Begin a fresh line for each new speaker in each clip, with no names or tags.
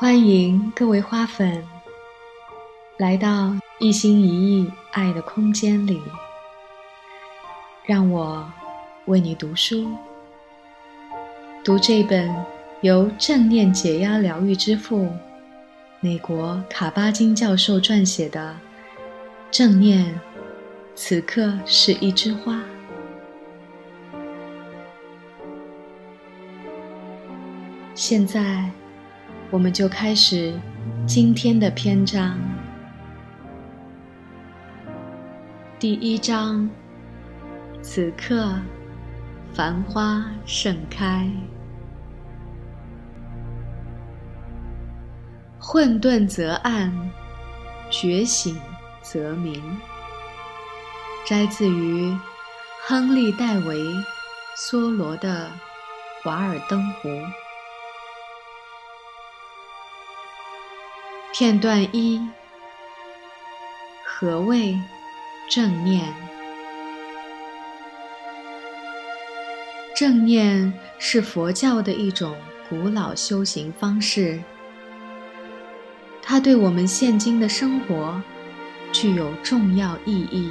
欢迎各位花粉来到一心一意爱的空间里，让我为你读书，读这本由正念解压疗愈之父美国卡巴金教授撰写的《正念此刻是一枝花》。现在我们就开始今天的篇章。第一章，此刻繁花盛开。混沌则暗，觉醒则明。摘自于亨利·戴维·梭罗的《瓦尔登湖》。片段一：何谓正念？正念是佛教的一种古老修行方式，它对我们现今的生活具有重要意义。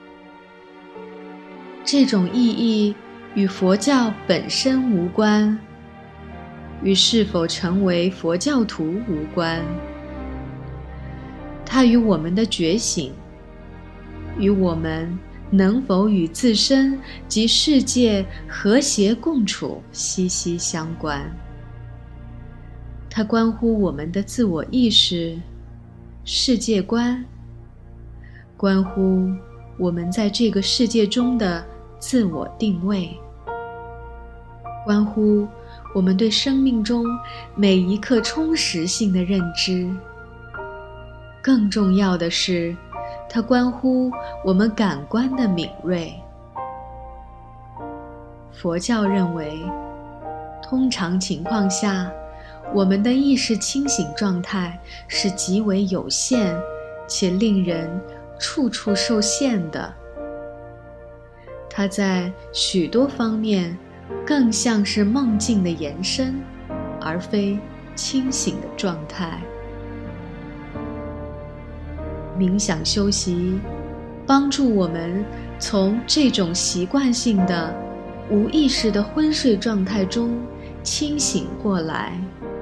这种意义与佛教本身无关，与是否成为佛教徒无关。它与我们的觉醒，与我们能否与自身及世界和谐共处息息相关。它关乎我们的自我意识、世界观，关乎我们在这个世界中的自我定位，关乎我们对生命中每一刻充实性的认知。更重要的是，它关乎我们感官的敏锐。佛教认为，通常情况下，我们的意识清醒状态是极为有限且令人处处受限的。它在许多方面更像是梦境的延伸，而非清醒的状态。冥想修习帮助我们从这种习惯性的无意识的昏睡状态中清醒过来，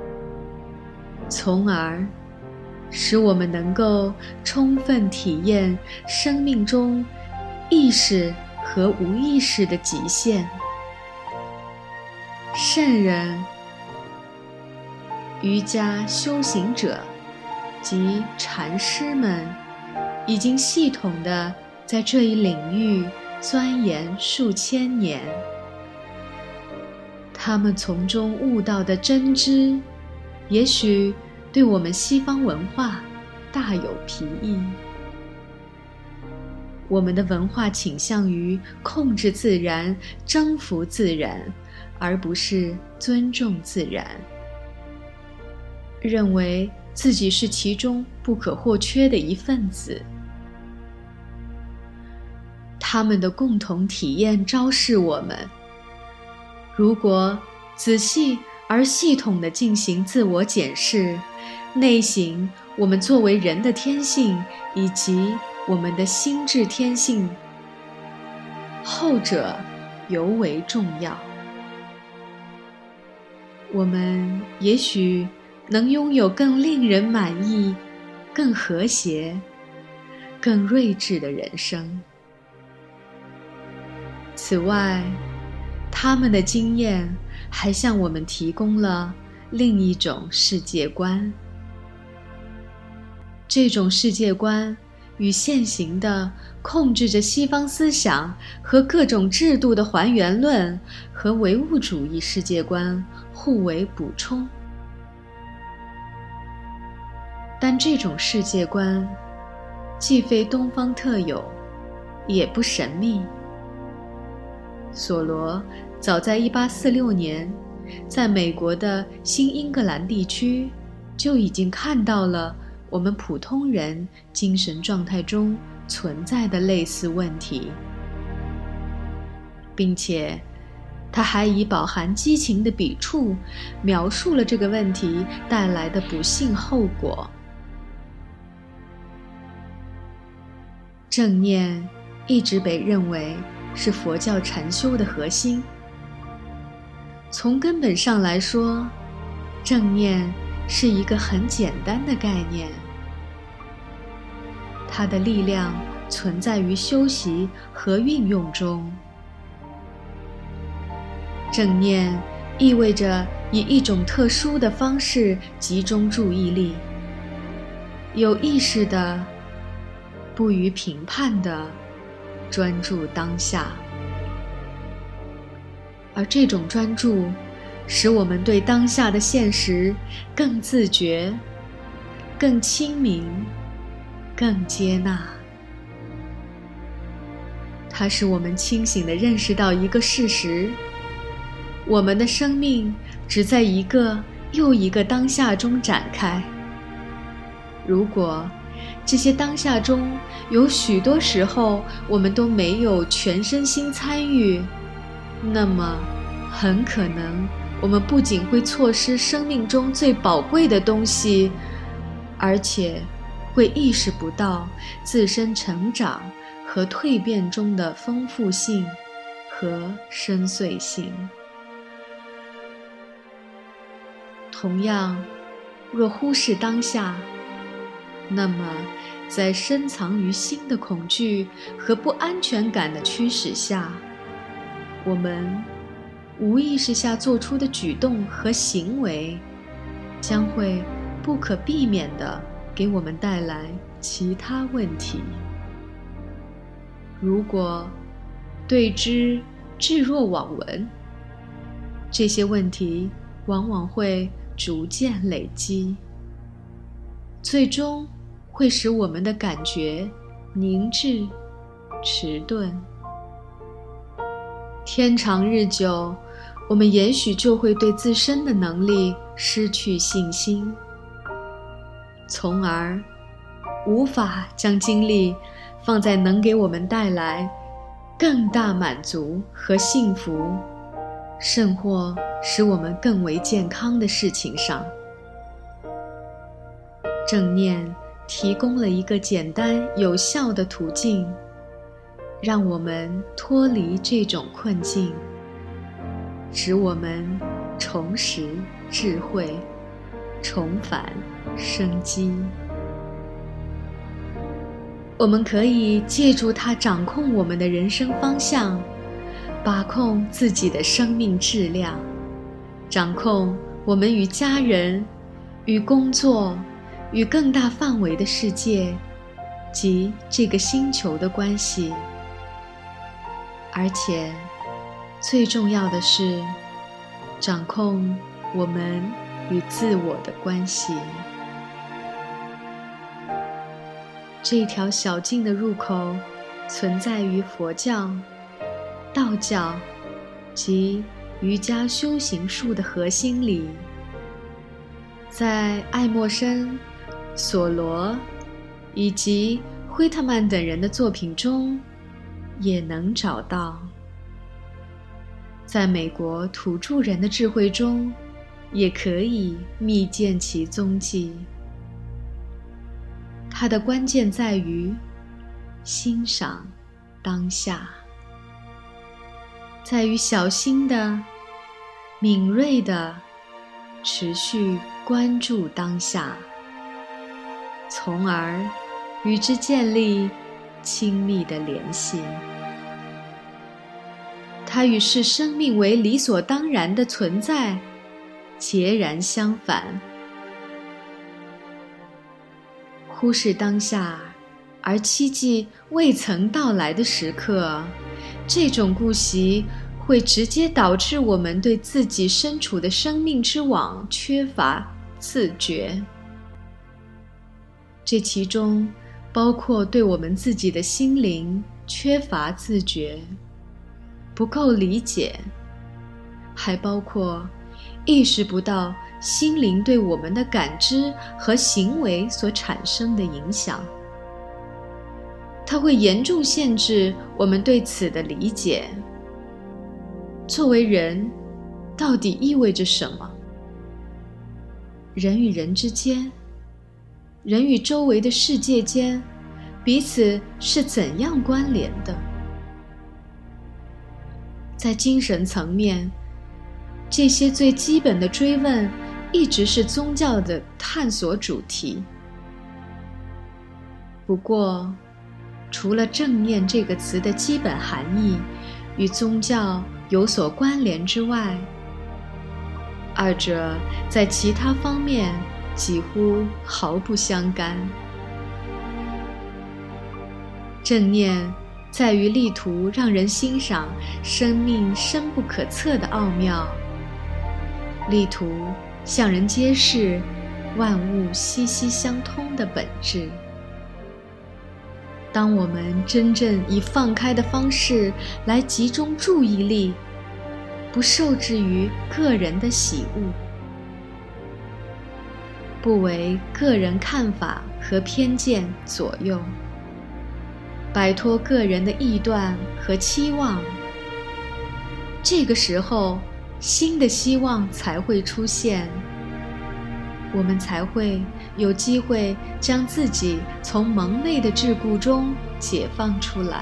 从而使我们能够充分体验生命中意识和无意识的极限。圣人、瑜伽修行者及禅师们已经系统地在这一领域钻研数千年，他们从中悟到的真知，也许对我们西方文化大有裨益。我们的文化倾向于控制自然、征服自然，而不是尊重自然，认为自己是其中不可或缺的一份子。他们的共同体验昭示我们，如果仔细而系统地进行自我检视，内省我们作为人的天性以及我们的心智天性，后者尤为重要。我们也许能拥有更令人满意、更和谐、更睿智的人生。此外，他们的经验还向我们提供了另一种世界观。这种世界观与现行的控制着西方思想和各种制度的还原论和唯物主义世界观互为补充。但这种世界观既非东方特有，也不神秘。索罗早在1846年，在美国的新英格兰地区就已经看到了我们普通人精神状态中存在的类似问题，并且他还以饱含激情的笔触描述了这个问题带来的不幸后果。正念一直被认为是佛教禅修的核心。从根本上来说，正念是一个很简单的概念，它的力量存在于修习和运用中。正念意味着以一种特殊的方式集中注意力，有意识的、不予评判的专注当下。而这种专注使我们对当下的现实更自觉、更清明、更接纳。它使我们清醒地认识到一个事实：我们的生命只在一个又一个当下中展开。如果这些当下中有许多时候我们都没有全身心参与，那么很可能我们不仅会错失生命中最宝贵的东西，而且会意识不到自身成长和蜕变中的丰富性和深邃性。同样，若忽视当下，那么在深藏于心的恐惧和不安全感的驱使下，我们无意识下做出的举动和行为将会不可避免地给我们带来其他问题。如果对之置若罔闻，这些问题往往会逐渐累积，最终会使我们的感觉凝滞、迟钝。天长日久，我们也许就会对自身的能力失去信心，从而无法将精力放在能给我们带来更大满足和幸福，甚或使我们更为健康的事情上。正念提供了一个简单有效的途径，让我们脱离这种困境，使我们重拾智慧，重返生机。我们可以借助它掌控我们的人生方向，把控自己的生命质量，掌控我们与家人、与工作、与更大范围的世界及这个星球的关系。而且最重要的是，掌控我们与自我的关系。这条小径的入口存在于佛教、道教及瑜伽修行术的核心里，在爱默生、索罗以及惠特曼等人的作品中也能找到，在美国土著人的智慧中也可以觅见其踪迹。它的关键在于欣赏当下，在于小心的、敏锐的持续关注当下，从而与之建立亲密的联系。它与视生命为理所当然的存在截然相反。忽视当下而期冀未曾到来的时刻，这种顾惜会直接导致我们对自己身处的生命之网缺乏自觉。这其中包括对我们自己的心灵缺乏自觉，不够理解，还包括意识不到心灵对我们的感知和行为所产生的影响。它会严重限制我们对此的理解。 作为人，到底意味着什么？人与人之间，人与周围的世界间，彼此是怎样关联的？在精神层面，这些最基本的追问一直是宗教的探索主题。不过，除了正念这个词的基本含义与宗教有所关联之外，二者在其他方面几乎毫不相干。正念在于力图让人欣赏生命深不可测的奥妙，力图向人揭示万物息息相通的本质。当我们真正以放开的方式来集中注意力，不受制于个人的喜恶，不为个人看法和偏见左右，摆脱个人的臆断和期望，这个时候新的希望才会出现，我们才会有机会将自己从蒙昧的桎梏中解放出来。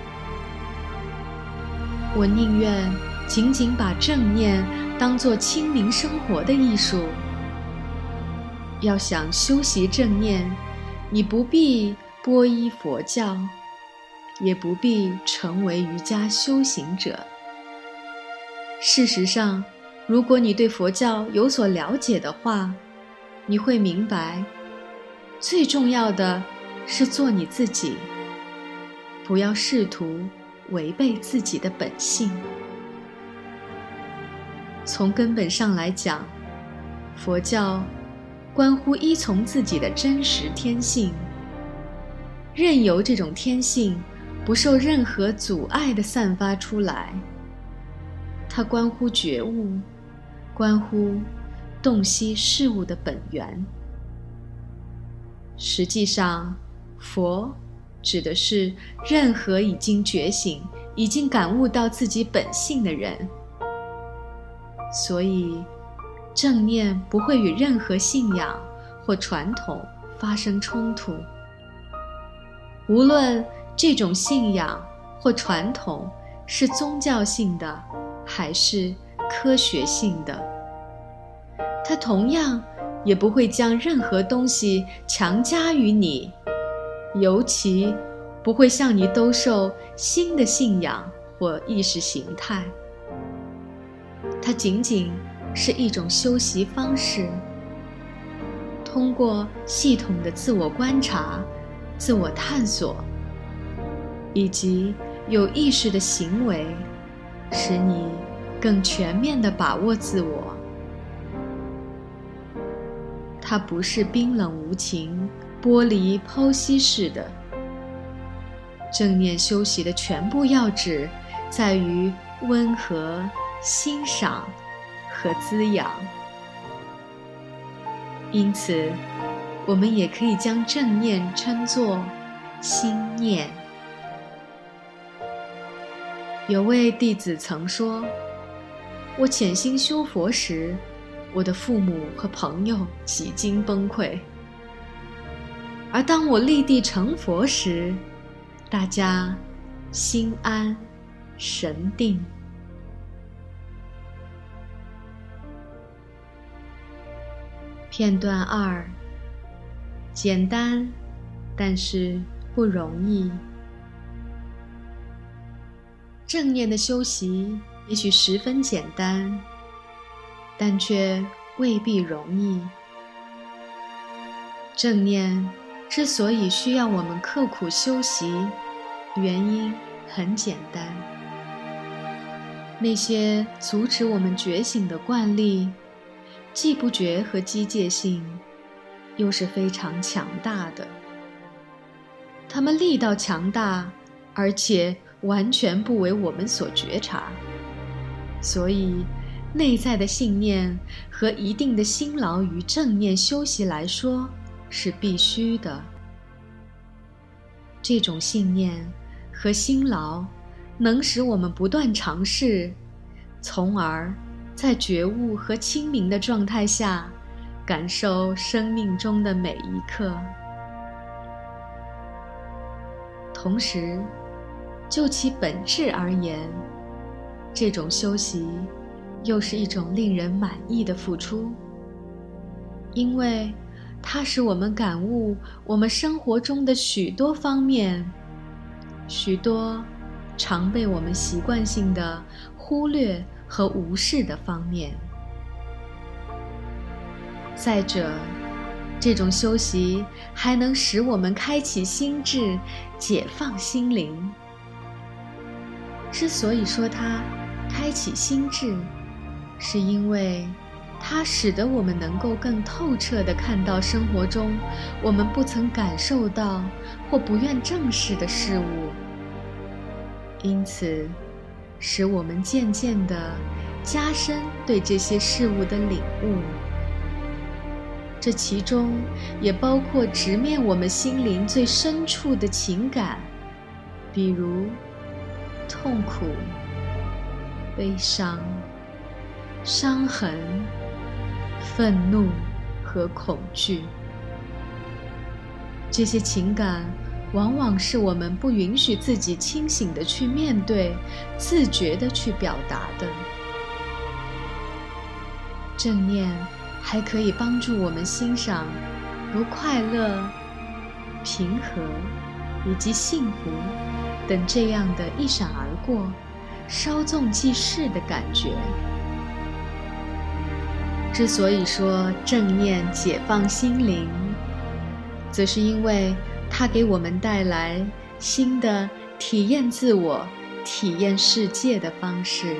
我宁愿仅仅把正念当作清明生活的艺术。要想修习正念，你不必皈依佛教，也不必成为瑜伽修行者。事实上，如果你对佛教有所了解的话，你会明白，最重要的是做你自己，不要试图违背自己的本性。从根本上来讲，佛教关乎依从自己的真实天性，任由这种天性不受任何阻碍地散发出来。它关乎觉悟，关乎洞悉事物的本源。实际上，佛指的是任何已经觉醒、已经感悟到自己本性的人。所以，正念不会与任何信仰或传统发生冲突。无论这种信仰或传统是宗教性的还是科学性的，它同样也不会将任何东西强加于你，尤其不会向你兜售新的信仰或意识形态。它仅仅是一种修习方式，通过系统的自我观察、自我探索，以及有意识的行为，使你更全面地把握自我。它不是冰冷无情、剥离剖析式的。正念修习的全部要旨在于温和、欣赏和滋养。因此，我们也可以将正念称作心念。有位弟子曾说，我潜心修佛时，我的父母和朋友几经崩溃，而当我立地成佛时，大家心安神定。片段2，简单，但是不容易。正念的修习也许十分简单，但却未必容易。正念之所以需要我们刻苦修习，原因很简单。那些阻止我们觉醒的惯例，既不觉和机械性，又是非常强大的。它们力道强大，而且完全不为我们所觉察。所以，内在的信念和一定的辛劳于正念修习来说是必须的。这种信念和辛劳能使我们不断尝试， 从而在觉悟和清明的状态下，感受生命中的每一刻。同时，就其本质而言，这种修习又是一种令人满意的付出，因为它使我们感悟我们生活中的许多方面，许多常被我们习惯性的忽略和无视的方面。再者，这种修习还能使我们开启心智，解放心灵。之所以说它开启心智，是因为它使得我们能够更透彻地看到生活中我们不曾感受到或不愿正视的事物，因此使我们渐渐地加深对这些事物的领悟。这其中也包括直面我们心灵最深处的情感，比如痛苦、悲伤、伤痕、愤怒和恐惧。这些情感往往是我们不允许自己清醒地去面对、自觉地去表达的。正念还可以帮助我们欣赏如快乐、平和以及幸福等这样的一闪而过、稍纵即逝的感觉。之所以说正念解放心灵，则是因为它给我们带来新的体验自我、体验世界的方式。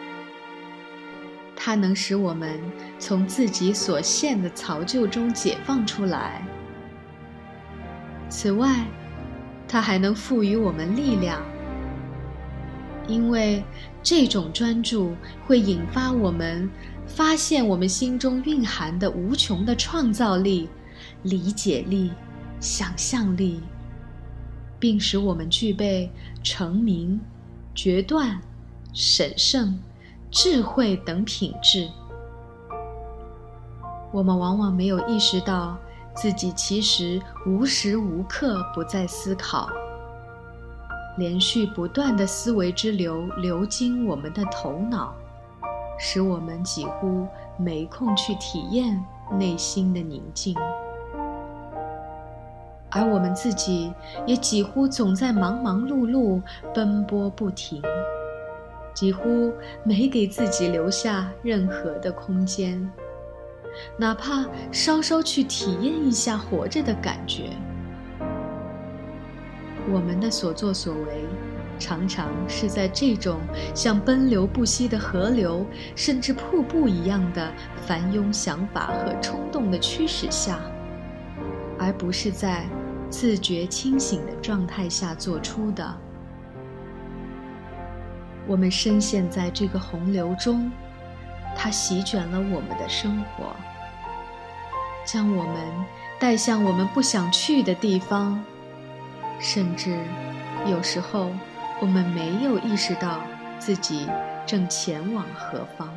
它能使我们从自己所陷的槽臼中解放出来。此外，它还能赋予我们力量，因为这种专注会引发我们发现我们心中蕴含的无穷的创造力、理解力、想象力，并使我们具备成名、决断、审慎、智慧等品质。我们往往没有意识到自己其实无时无刻不在思考，连续不断的思维之流流经我们的头脑，使我们几乎没空去体验内心的宁静。而我们自己也几乎总在忙忙碌碌、奔波不停，几乎没给自己留下任何的空间，哪怕稍稍去体验一下活着的感觉。我们的所作所为常常是在这种像奔流不息的河流甚至瀑布一样的繁庸想法和冲动的驱使下，而不是在自觉清醒的状态下做出的。我们深陷在这个洪流中，它席卷了我们的生活，将我们带向我们不想去的地方，甚至有时候我们没有意识到自己正前往何方。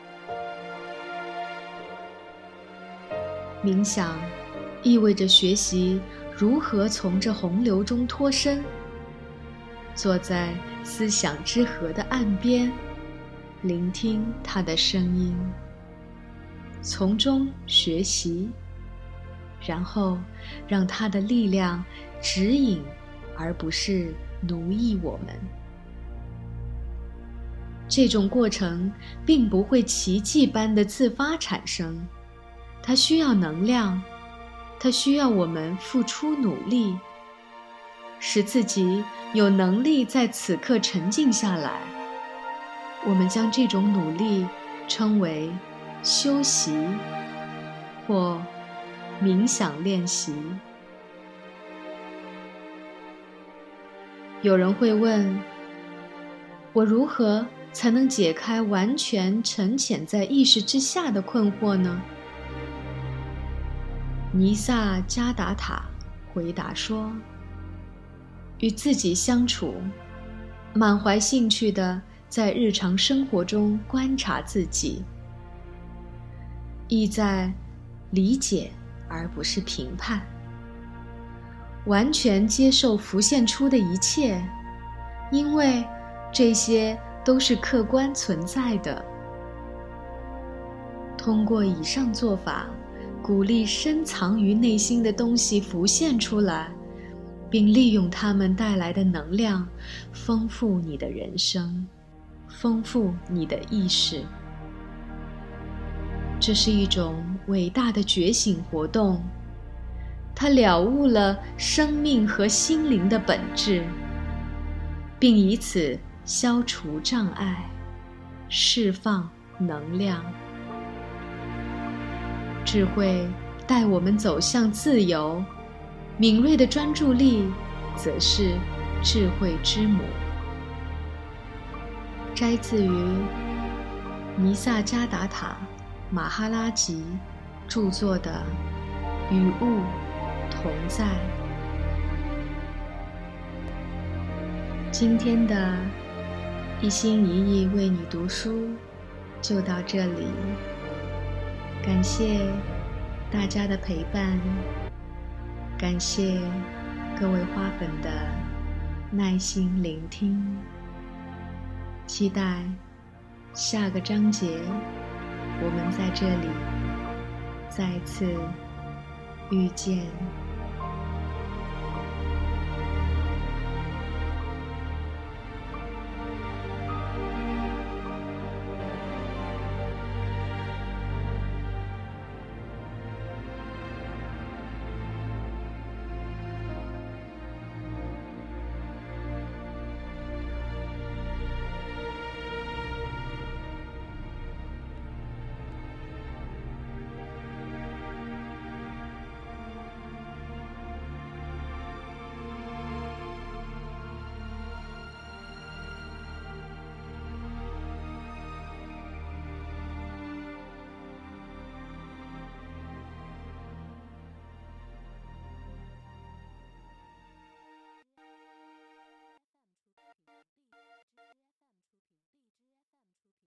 冥想意味着学习如何从这洪流中脱身，坐在思想之河的岸边，聆听它的声音，从中学习，然后让它的力量指引而不是奴役我们。这种过程并不会奇迹般的自发产生，它需要能量，它需要我们付出努力，使自己有能力在此刻沉静下来。我们将这种努力称为修习或冥想练习。有人会问，我如何才能解开完全沉潜在意识之下的困惑呢？尼萨加达塔回答说，与自己相处，满怀兴趣地在日常生活中观察自己，意在理解而不是评判，完全接受浮现出的一切，因为这些都是客观存在的。通过以上做法，鼓励深藏于内心的东西浮现出来，并利用它们带来的能量，丰富你的人生，丰富你的意识。这是一种伟大的觉醒活动，它了悟了生命和心灵的本质，并以此消除障碍，释放能量。智慧带我们走向自由，敏锐的专注力则是智慧之母。摘自于尼萨加达塔马哈拉吉著作的《与物同在》。今天的一心一意为你读书就到这里，感谢大家的陪伴，感谢各位花粉的耐心聆听，期待下个章节我们在这里再次遇见。